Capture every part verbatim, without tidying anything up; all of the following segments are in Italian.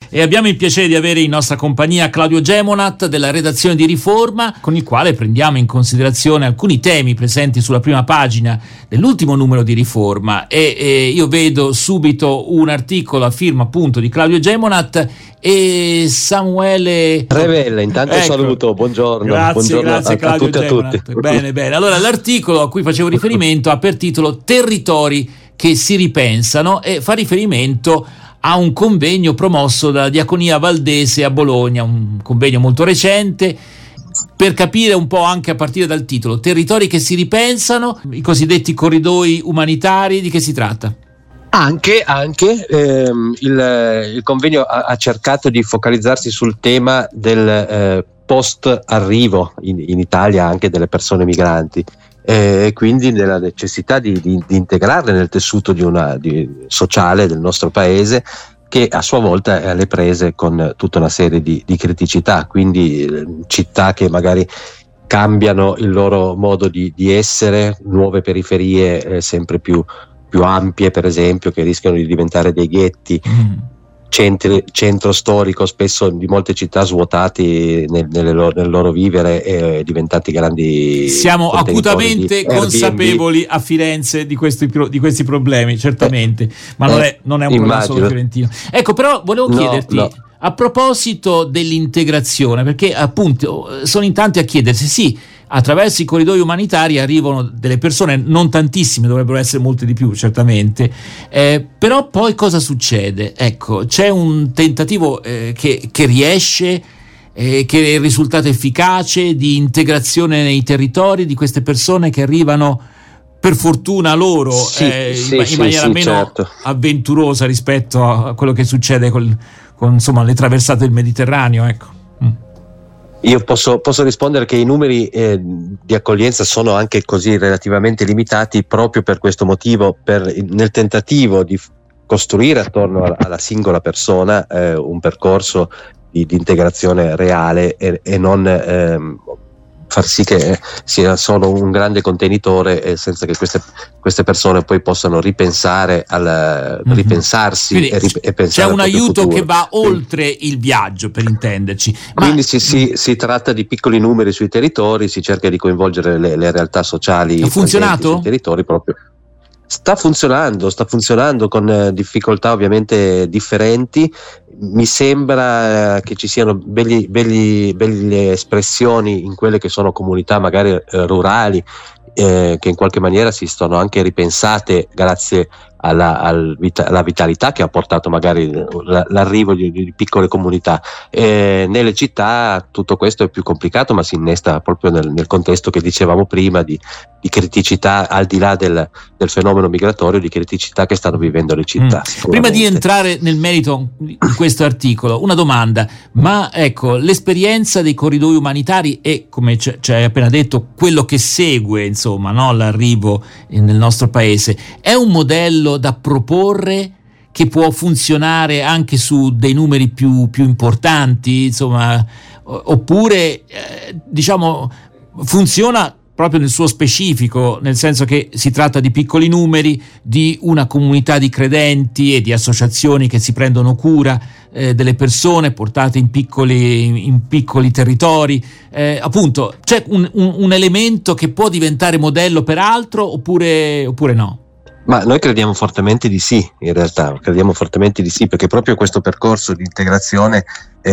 e abbiamo il piacere di avere in nostra compagnia Claudio Gemonat della redazione di Riforma, con il quale prendiamo in considerazione alcuni temi presenti sulla prima pagina dell'ultimo numero di Riforma e, e io vedo subito un articolo a firma appunto di Claudio Gemonat e Samuele Revella. Intanto ecco. Saluto, buongiorno, grazie, buongiorno grazie, a, a tutti e a tutti. Bene, bene. Allora l'articolo a cui facevo riferimento ha per titolo Territori che si ripensano e fa riferimento a un convegno promosso dalla Diaconia Valdese a Bologna, un convegno molto recente, per capire un po' anche a partire dal titolo Territori che si ripensano, i cosiddetti corridoi umanitari. Di che si tratta? Anche, anche ehm, il, il convegno ha, ha cercato di focalizzarsi sul tema del eh, post-arrivo in, in Italia anche delle persone migranti e eh, quindi della necessità di, di, di integrarle nel tessuto di una, di, sociale del nostro paese, che a sua volta è alle prese con tutta una serie di, di criticità, quindi eh, città che magari cambiano il loro modo di, di essere, nuove periferie eh, sempre più più ampie, per esempio, che rischiano di diventare dei ghetti, mm. centri, centro storico spesso di molte città svuotati nel, nelle loro, nel loro vivere e diventati grandi. Siamo acutamente consapevoli a Firenze di questi, di questi problemi, certamente, eh, ma non, eh, è, non è un problema solo fiorentino. Ecco, però volevo no, chiederti no. a proposito dell'integrazione, perché appunto sono in tanti a chiedersi, sì, attraverso i corridoi umanitari arrivano delle persone, non tantissime, dovrebbero essere molte di più certamente, eh, però poi cosa succede? Ecco, c'è un tentativo eh, che, che riesce, eh, che è il risultato efficace di integrazione nei territori di queste persone che arrivano per fortuna loro sì, eh, sì, in, in sì, maniera sì, meno certo. avventurosa rispetto a quello che succede col, con insomma le traversate del Mediterraneo, ecco. Mm. Io posso, posso rispondere che i numeri eh, di accoglienza sono anche così relativamente limitati proprio per questo motivo, per, nel tentativo di costruire attorno a, alla singola persona eh, un percorso di, di integrazione reale e, e non ehm, far sì che sia solo un grande contenitore eh, senza che queste, queste persone poi possano ripensare al mm-hmm. ripensarsi. Quindi, e, rip- e pensare c'è un aiuto futuro. Che va oltre il viaggio, per intenderci. Ma... Quindi si, si, si tratta di piccoli numeri sui territori, si cerca di coinvolgere le, le realtà sociali. Ha funzionato? Sui territori proprio. Sta funzionando, sta funzionando con eh, difficoltà ovviamente differenti. Mi sembra eh, che ci siano belli, belli, belle espressioni in quelle che sono comunità magari eh, rurali, eh, che in qualche maniera si sono anche ripensate grazie alla, al vita, alla vitalità che ha portato magari l'arrivo di, di piccole comunità. Eh, nelle città tutto questo è più complicato, ma si innesta proprio nel, nel contesto che dicevamo prima di, di criticità, al di là del, del fenomeno migratorio, di criticità che stanno vivendo le città. Mm. Prima di entrare nel merito di questo articolo, una domanda: ma ecco, l'esperienza dei corridoi umanitari e, come ci hai appena detto, quello che segue, insomma, no, l'arrivo nel nostro paese, è un modello da proporre che può funzionare anche su dei numeri più, più importanti, insomma, oppure eh, diciamo funziona proprio nel suo specifico, nel senso che si tratta di piccoli numeri, di una comunità di credenti e di associazioni che si prendono cura eh, delle persone portate in piccoli, in piccoli territori, eh, appunto c'è un, un, un elemento che può diventare modello per altro oppure, oppure no? Ma noi crediamo fortemente di sì, in realtà, crediamo fortemente di sì, perché proprio questo percorso di integrazione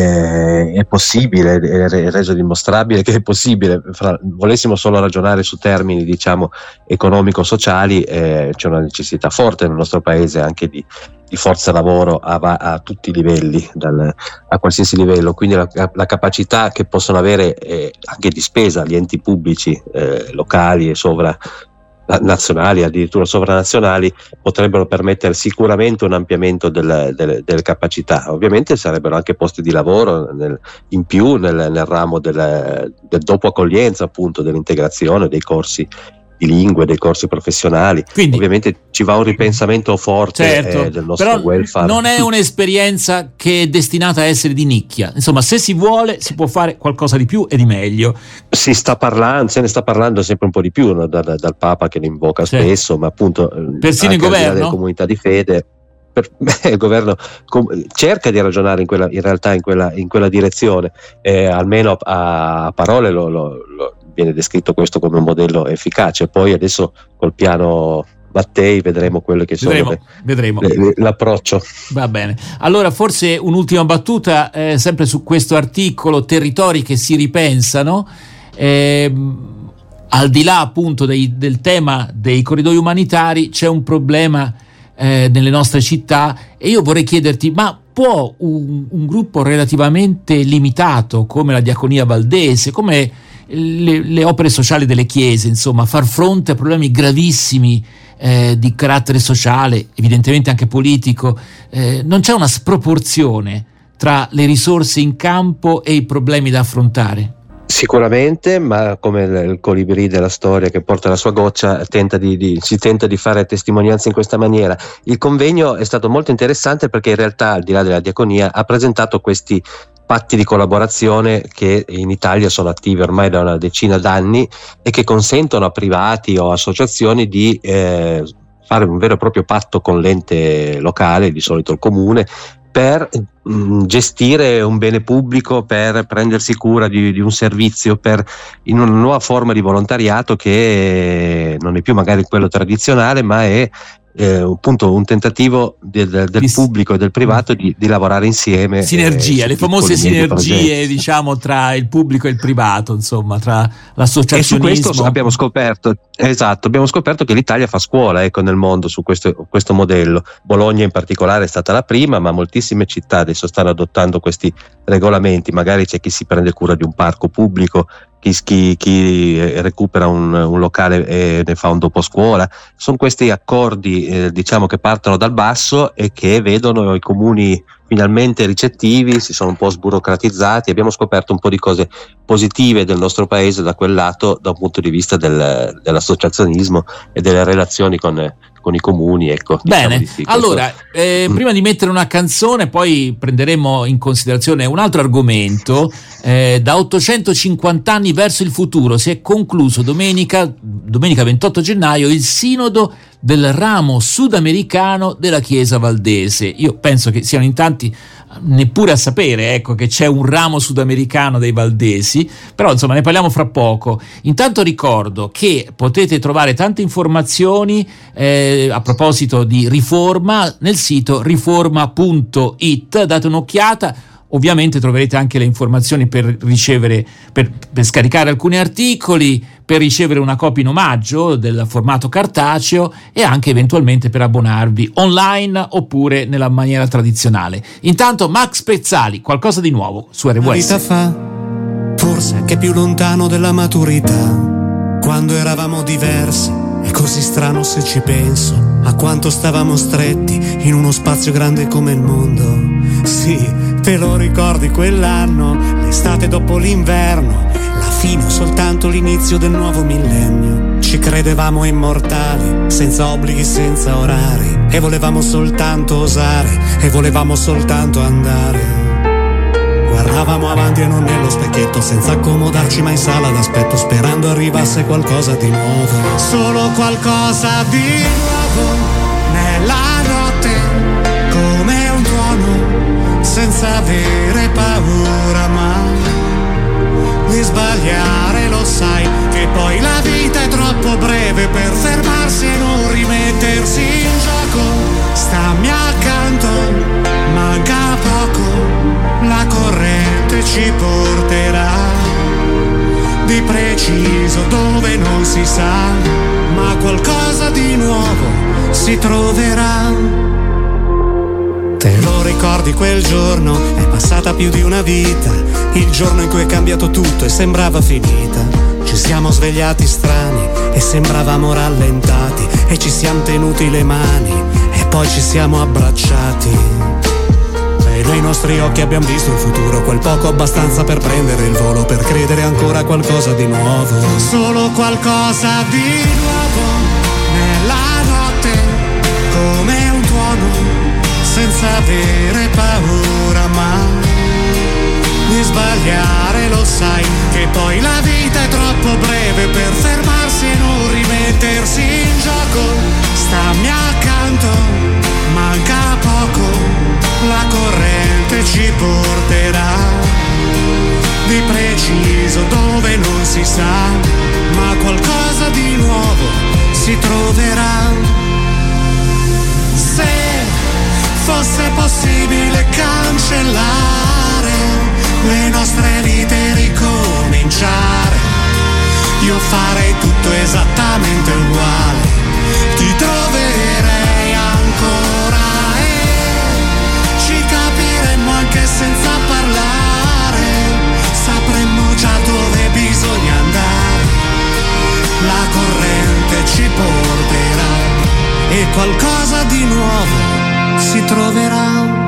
eh, è possibile, è reso dimostrabile che è possibile. Fra, volessimo solo ragionare su termini, diciamo, economico-sociali, eh, c'è una necessità forte nel nostro paese anche di, di forza lavoro a, a tutti i livelli, dal, a qualsiasi livello, quindi la, la capacità che possono avere eh, anche di spesa gli enti pubblici, eh, locali e sovra nazionali, addirittura sovranazionali, potrebbero permettere sicuramente un ampliamento del, del, delle capacità. Ovviamente sarebbero anche posti di lavoro nel, in più nel, nel ramo del, del dopo accoglienza, appunto, dell'integrazione, dei corsi di lingue, dei corsi professionali. Quindi ovviamente ci va un ripensamento forte certo, eh, del nostro però welfare. Non è un'esperienza che è destinata a essere di nicchia, insomma, se si vuole si può fare qualcosa di più e di meglio. Si sta parlando, se ne sta parlando sempre un po' di più, no? da, da, dal Papa che ne invoca certo. spesso, ma appunto persino in governo, delle comunità di fede. per me il governo com- cerca di ragionare in, quella, in realtà in quella, in quella direzione, eh, almeno a, a parole lo, lo, lo viene descritto questo come un modello efficace. Poi adesso col piano Mattei vedremo quello che sono vedremo, le, vedremo. Le, l'approccio. Va bene, allora forse un'ultima battuta, eh, sempre su questo articolo, territori che si ripensano, eh, al di là appunto dei, del tema dei corridoi umanitari c'è un problema eh, nelle nostre città, e io vorrei chiederti, ma può un, un gruppo relativamente limitato come la Diaconia Valdese, come le, le opere sociali delle chiese, insomma, far fronte a problemi gravissimi eh, di carattere sociale, evidentemente anche politico? Eh, non c'è una sproporzione tra le risorse in campo e i problemi da affrontare? Sicuramente, ma come il colibrì della storia che porta la sua goccia, tenta di, di, si tenta di fare testimonianza in questa maniera. Il convegno è stato molto interessante perché in realtà, al di là della diaconia, ha presentato questi patti di collaborazione che in Italia sono attivi ormai da una decina d'anni e che consentono a privati o associazioni di eh, fare un vero e proprio patto con l'ente locale, di solito il comune, per mh, gestire un bene pubblico, per prendersi cura di, di un servizio, per in una nuova forma di volontariato che non è più magari quello tradizionale, ma è eh, appunto un tentativo del, del di, pubblico e del privato di, di lavorare insieme. Sinergia, eh, le famose sinergie, di diciamo, tra il pubblico e il privato, insomma, tra l'associazionismo. E su questo abbiamo scoperto, esatto, abbiamo scoperto che l'Italia fa scuola, ecco, nel mondo su questo, questo modello. Bologna in particolare è stata la prima, ma moltissime città adesso stanno adottando questi regolamenti. Magari c'è chi si prende cura di un parco pubblico, chi, chi, chi recupera un, un locale e ne fa un dopo scuola. Sono questi accordi eh, diciamo che partono dal basso e che vedono i comuni finalmente ricettivi, si sono un po' sburocratizzati. Abbiamo scoperto un po' di cose positive del nostro paese da quel lato, da un punto di vista del, dell'associazionismo e delle relazioni con, con i comuni, ecco. Bene, diciamo di sì, allora eh, mm. prima di mettere una canzone poi prenderemo in considerazione un altro argomento. Eh, da ottocentocinquanta anni verso il futuro si è concluso domenica, domenica ventotto gennaio il sinodo del ramo sudamericano della Chiesa Valdese. Io penso che siano in tanti neppure a sapere, ecco, che c'è un ramo sudamericano dei Valdesi, però insomma ne parliamo fra poco. Intanto ricordo che potete trovare tante informazioni eh, a proposito di riforma nel sito riforma punto it, date un'occhiata. Ovviamente troverete anche le informazioni per ricevere, per, per scaricare alcuni articoli, per ricevere una copia in omaggio del formato cartaceo e anche eventualmente per abbonarvi online oppure nella maniera tradizionale. Intanto Max Pezzali, qualcosa di nuovo su R W S. Una vita fa, forse anche più lontano della maturità, quando eravamo diversi, è così strano se ci penso, a quanto stavamo stretti in uno spazio grande come il mondo. Sì, te lo ricordi quell'anno, l'estate dopo l'inverno, la fine o soltanto l'inizio del nuovo millennio. Ci credevamo immortali, senza obblighi, senza orari, e volevamo soltanto osare, e volevamo soltanto andare. Guardavamo avanti e non nello specchietto, senza accomodarci mai in sala d'aspetto, sperando arrivasse qualcosa di nuovo. Solo qualcosa di nuovo nella notte, come un tuono, senza avere paura mai di sbagliare. Lo sai che poi la vita è troppo breve per fermarsi e non rimettersi in gioco. Stammi accanto, manca poco, la corrente ci porterà di preciso dove non si sa, ma qualcosa di nuovo si troverà. Te lo ricordi quel giorno? È passata più di una vita, il giorno in cui è cambiato tutto e sembrava finita. Ci siamo svegliati strani e sembravamo rallentati, e ci siamo tenuti le mani e poi ci siamo abbracciati. E nei nostri occhi abbiamo visto il futuro, quel poco abbastanza per prendere il volo, per credere ancora a qualcosa di nuovo. Solo qualcosa di nuovo nella notte, come un tuono, senza avere paura mai di sbagliare. Lo sai che poi la vita è troppo breve per fermarsi e non rimettersi in gioco. Stammi accanto, manca poco, ci porterà, di preciso dove non si sa, ma qualcosa di nuovo si troverà. Se fosse possibile cancellare le nostre vite e ricominciare, io farei tutto esattamente uguale, ti troverei ancora e ci capiremmo anche senza parlare, sapremmo già dove bisogna andare, la corrente ci porterà e qualcosa di nuovo si troverà.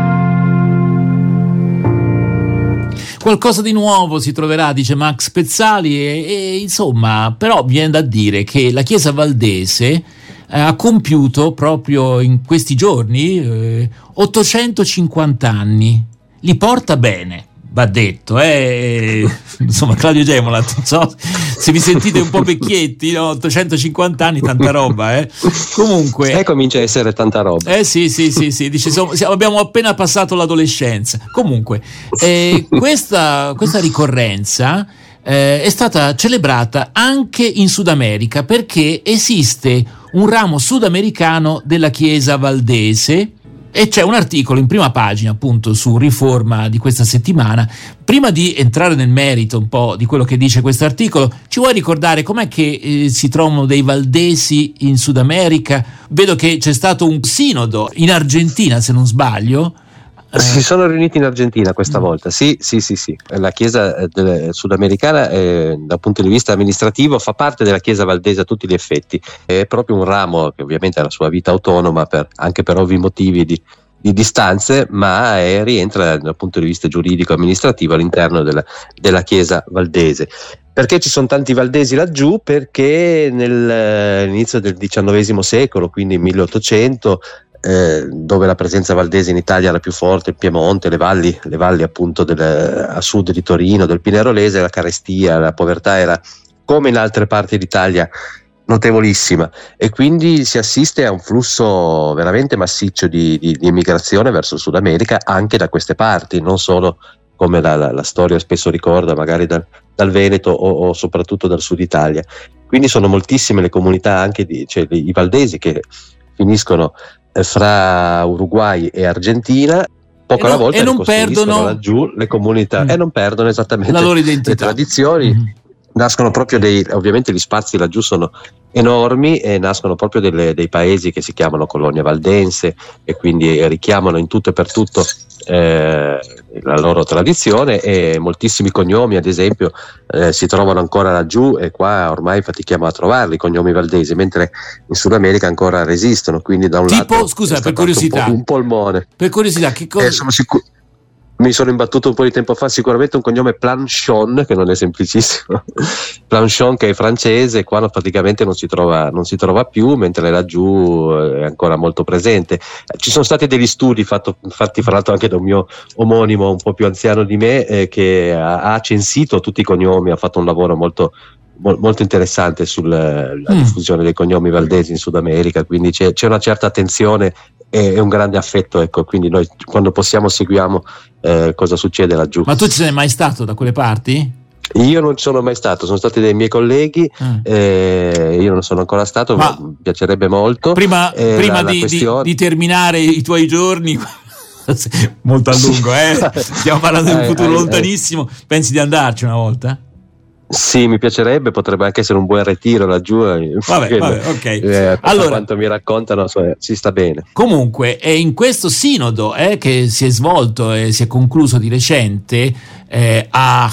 Qualcosa di nuovo si troverà, dice Max Pezzali, e, e insomma, però viene da dire che la Chiesa Valdese eh, ha compiuto proprio in questi giorni eh, ottocentocinquanta anni. Li porta bene, va detto, eh? Insomma, Claudio Gemola, non so se vi sentite un po' vecchietti, no? ottocentocinquanta anni, tanta roba, eh? Comunque, eh, comincia a essere tanta roba. Eh sì, sì, sì, sì. Dice, siamo, abbiamo appena passato l'adolescenza. Comunque, eh, questa, questa ricorrenza eh, è stata celebrata anche in Sud America, perché esiste un ramo sudamericano della Chiesa Valdese. E c'è un articolo in prima pagina appunto su Riforma di questa settimana. Prima di entrare nel merito un po' di quello che dice questo articolo, ci vuoi ricordare com'è che eh, si trovano dei valdesi in Sud America? Vedo che c'è stato un sinodo in Argentina, se non sbaglio. Si sono riuniti in Argentina questa mm. volta, sì, sì, sì, sì. La Chiesa eh, sudamericana eh, dal punto di vista amministrativo fa parte della Chiesa valdese a tutti gli effetti, è proprio un ramo che ovviamente ha la sua vita autonoma per, anche per ovvi motivi di, di distanze, ma è, rientra dal punto di vista giuridico amministrativo all'interno della, della Chiesa valdese. Perché ci sono tanti valdesi laggiù? Perché nell'inizio del diciannovesimo secolo, quindi milleottocento, Eh, dove la presenza valdese in Italia era più forte, il Piemonte, le valli, le valli appunto del, a sud di Torino, del Pinerolese, la carestia, la povertà era, come in altre parti d'Italia, notevolissima, e quindi si assiste a un flusso veramente massiccio di, di, di emigrazione verso il Sud America anche da queste parti, non solo come la, la, la storia spesso ricorda, magari dal, dal Veneto o, o soprattutto dal Sud Italia. Quindi sono moltissime le comunità anche di, cioè, i valdesi che finiscono fra Uruguay e Argentina, poco alla volta e non perdono laggiù le comunità mm. e non perdono esattamente la loro identità, le tradizioni. Mm. Nascono proprio dei, ovviamente gli spazi laggiù sono enormi e nascono proprio delle, dei paesi che si chiamano colonia valdense e quindi richiamano in tutto e per tutto eh, la loro tradizione, e moltissimi cognomi ad esempio eh, si trovano ancora laggiù, e qua ormai fatichiamo a trovarli, cognomi valdesi, mentre in Sud America ancora resistono, quindi da un tipo, lato scusa per curiosità, un, po', un polmone per curiosità che cosa... eh, sono sicuro. Mi sono imbattuto un po' di tempo fa, sicuramente un cognome Planchon, che non è semplicissimo, Planchon che è francese, qua no, praticamente non si trova, non si trova più, mentre laggiù è ancora molto presente. Ci sono stati degli studi fatto, fatti fra l'altro anche da un mio omonimo un po' più anziano di me, eh, che ha, ha censito tutti i cognomi, ha fatto un lavoro molto molto interessante sulla mm. diffusione dei cognomi valdesi in Sud America, quindi c'è, c'è una certa attenzione e un grande affetto, ecco, quindi noi quando possiamo seguiamo eh, cosa succede laggiù. Ma tu ci sei mai stato da quelle parti? Io non sono mai stato, sono stati dei miei colleghi, mm. eh, io non sono ancora stato, ma mi piacerebbe molto. Prima, eh, prima la, di, la questione... di, di terminare i tuoi giorni, molto a lungo, eh? Stiamo parlando di un futuro eh, lontanissimo, eh. Pensi di andarci una volta? Sì, mi piacerebbe, potrebbe anche essere un buon ritiro laggiù. Vabbè, vabbè, ok. Eh, allora, quanto mi raccontano, cioè, si sta bene. Comunque, è in questo sinodo eh, che si è svolto e si è concluso di recente eh, a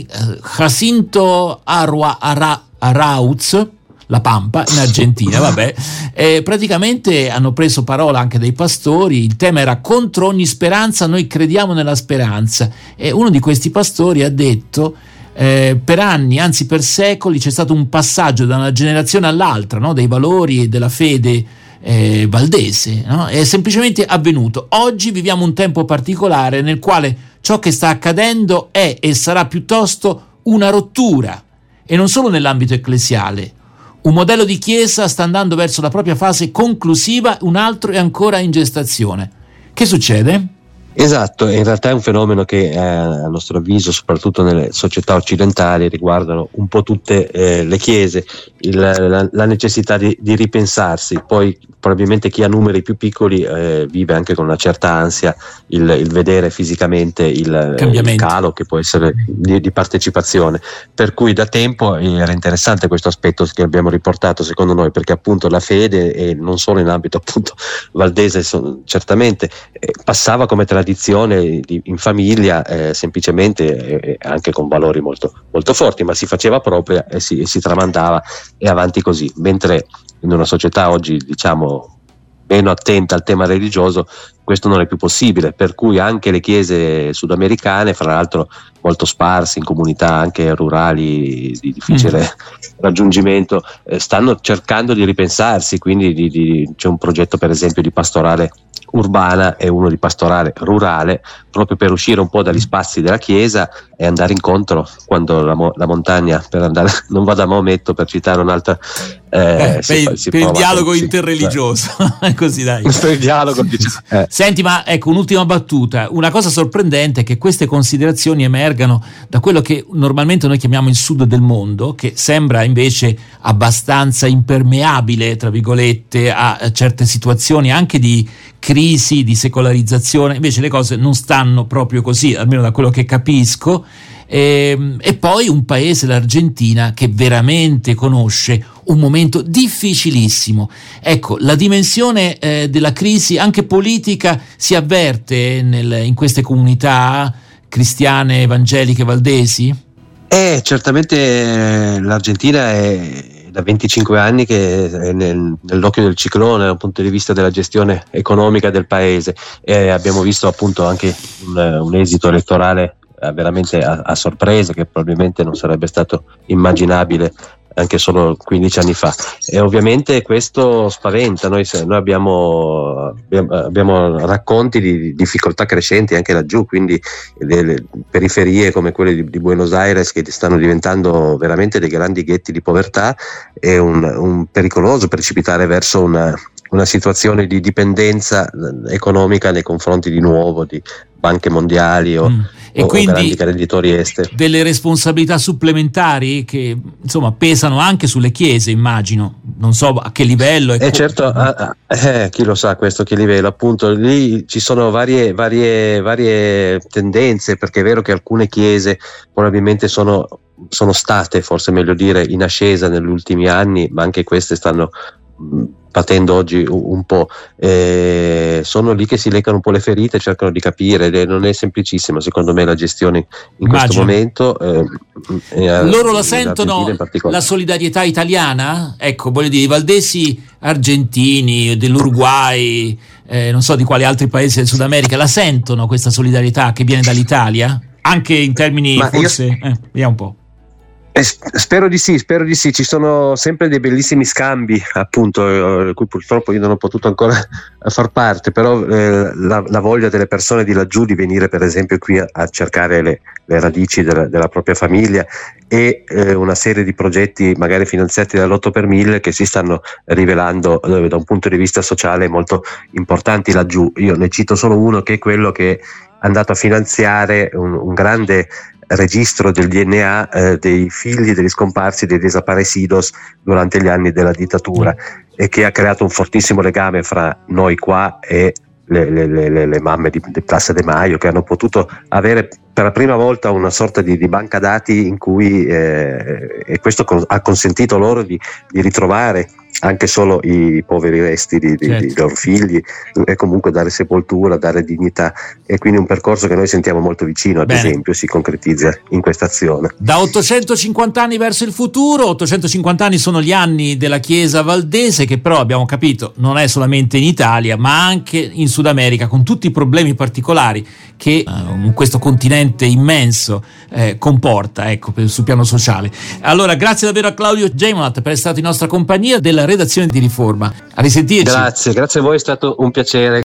Jacinto Arua, Ara, Arauz, La Pampa, in Argentina, vabbè, eh, praticamente hanno preso parola anche dei pastori. Il tema era: contro ogni speranza noi crediamo nella speranza, e uno di questi pastori ha detto: Eh, per anni, anzi per secoli, c'è stato un passaggio da una generazione all'altra, no? Dei valori e della fede eh, valdese, no? È semplicemente avvenuto. Oggi viviamo un tempo particolare nel quale ciò che sta accadendo è e sarà piuttosto una rottura, e non solo nell'ambito ecclesiale. Un modello di chiesa sta andando verso la propria fase conclusiva, un altro è ancora in gestazione. Che succede? Esatto, in realtà è un fenomeno che eh, a nostro avviso, soprattutto nelle società occidentali, riguardano un po' tutte eh, le chiese, il, la, la necessità di, di ripensarsi. Poi probabilmente chi ha numeri più piccoli eh, vive anche con una certa ansia il, il vedere fisicamente il, il calo che può essere di, di partecipazione, per cui da tempo era interessante questo aspetto che abbiamo riportato, secondo noi, perché appunto la fede, e non solo in ambito appunto valdese, son, certamente eh, passava come tradizione di, in famiglia, eh, semplicemente eh, anche con valori molto, molto forti, ma si faceva propria e si, e si tramandava e avanti così, mentre in una società oggi diciamo meno attenta al tema religioso questo non è più possibile, per cui anche le chiese sudamericane, fra l'altro molto sparse in comunità anche rurali di difficile mm. raggiungimento, eh, stanno cercando di ripensarsi, quindi di, di, c'è un progetto per esempio di pastorale urbana e uno di pastorale rurale, proprio per uscire un po' dagli spazi della chiesa e andare incontro quando la, mo- la montagna, per andare, non vado a Maometto per citare un'altra eh, eh, si, per, si per il dialogo così, interreligioso così dai per il dialogo diciamo, eh. Senti, ma ecco, un'ultima battuta. Una cosa sorprendente è che queste considerazioni emergano da quello che normalmente noi chiamiamo il sud del mondo, che sembra invece abbastanza impermeabile, tra virgolette, a certe situazioni anche di crisi, di secolarizzazione. Invece le cose non stanno proprio così, almeno da quello che capisco. E, e poi un paese, l'Argentina, che veramente conosce un momento difficilissimo. Ecco, la dimensione eh, della crisi anche politica si avverte nel, in queste comunità cristiane, evangeliche, valdesi? Eh, certamente l'Argentina è da venticinque anni che è nel, nell'occhio del ciclone dal punto di vista della gestione economica del paese, e abbiamo visto appunto anche un, un esito elettorale veramente a, a sorpresa, che probabilmente non sarebbe stato immaginabile anche solo quindici anni fa, e ovviamente questo spaventa. Noi, noi abbiamo, abbiamo racconti di difficoltà crescenti anche laggiù, quindi le periferie come quelle di, di Buenos Aires, che stanno diventando veramente dei grandi ghetti di povertà, e un, un pericoloso precipitare verso una, una situazione di dipendenza economica nei confronti di nuovo di banche mondiali o, mm. e o quindi grandi creditori esteri. Delle responsabilità supplementari che insomma pesano anche sulle chiese, immagino, non so a che livello. Eh, certo, ah, eh, chi lo sa a questo che livello, appunto lì ci sono varie, varie, varie tendenze, perché è vero che alcune chiese probabilmente sono, sono state, forse meglio dire, in ascesa negli ultimi anni, ma anche queste stanno mh, patendo oggi un po', eh, sono lì che si leccano un po' le ferite, cercano di capire, non è semplicissima secondo me la gestione in Immagino. questo momento. Eh, eh, Loro la sentono la solidarietà italiana? Ecco, voglio dire, i valdesi argentini, dell'Uruguay, eh, non so di quali altri paesi del Sud America, la sentono questa solidarietà che viene dall'Italia? Anche in termini, Ma forse, io... eh, vediamo un po'. Eh, spero di sì, spero di sì, ci sono sempre dei bellissimi scambi, appunto, eh, cui purtroppo io non ho potuto ancora far parte, però eh, la, la voglia delle persone di laggiù di venire per esempio qui a, a cercare le, le radici della, della propria famiglia, e eh, una serie di progetti magari finanziati dall'otto per mille che si stanno rivelando eh, da un punto di vista sociale molto importanti laggiù. Io ne cito solo uno, che è quello che è andato a finanziare un, un grande registro del D N A eh, dei figli degli scomparsi, dei desaparecidos durante gli anni della dittatura, e che ha creato un fortissimo legame fra noi qua e le, le, le, le mamme di, di Plaza de Mayo, che hanno potuto avere per la prima volta una sorta di, di banca dati in cui eh, e questo con, ha consentito loro di, di ritrovare anche solo i poveri resti di, di, certo. di loro figli, e comunque dare sepoltura, dare dignità, e quindi un percorso che noi sentiamo molto vicino, ad Bene. esempio, si concretizza in questa azione. Da ottocentocinquanta anni verso il futuro. ottocentocinquanta anni sono gli anni della Chiesa valdese, che però abbiamo capito non è solamente in Italia ma anche in Sud America, con tutti i problemi particolari che uh, questo continente immenso eh, comporta, ecco, per, sul piano sociale. Allora, grazie davvero a Claudio Geymonat per essere stato in nostra compagnia della redazione di Riforma. A risentirci. Grazie, grazie a voi, è stato un piacere.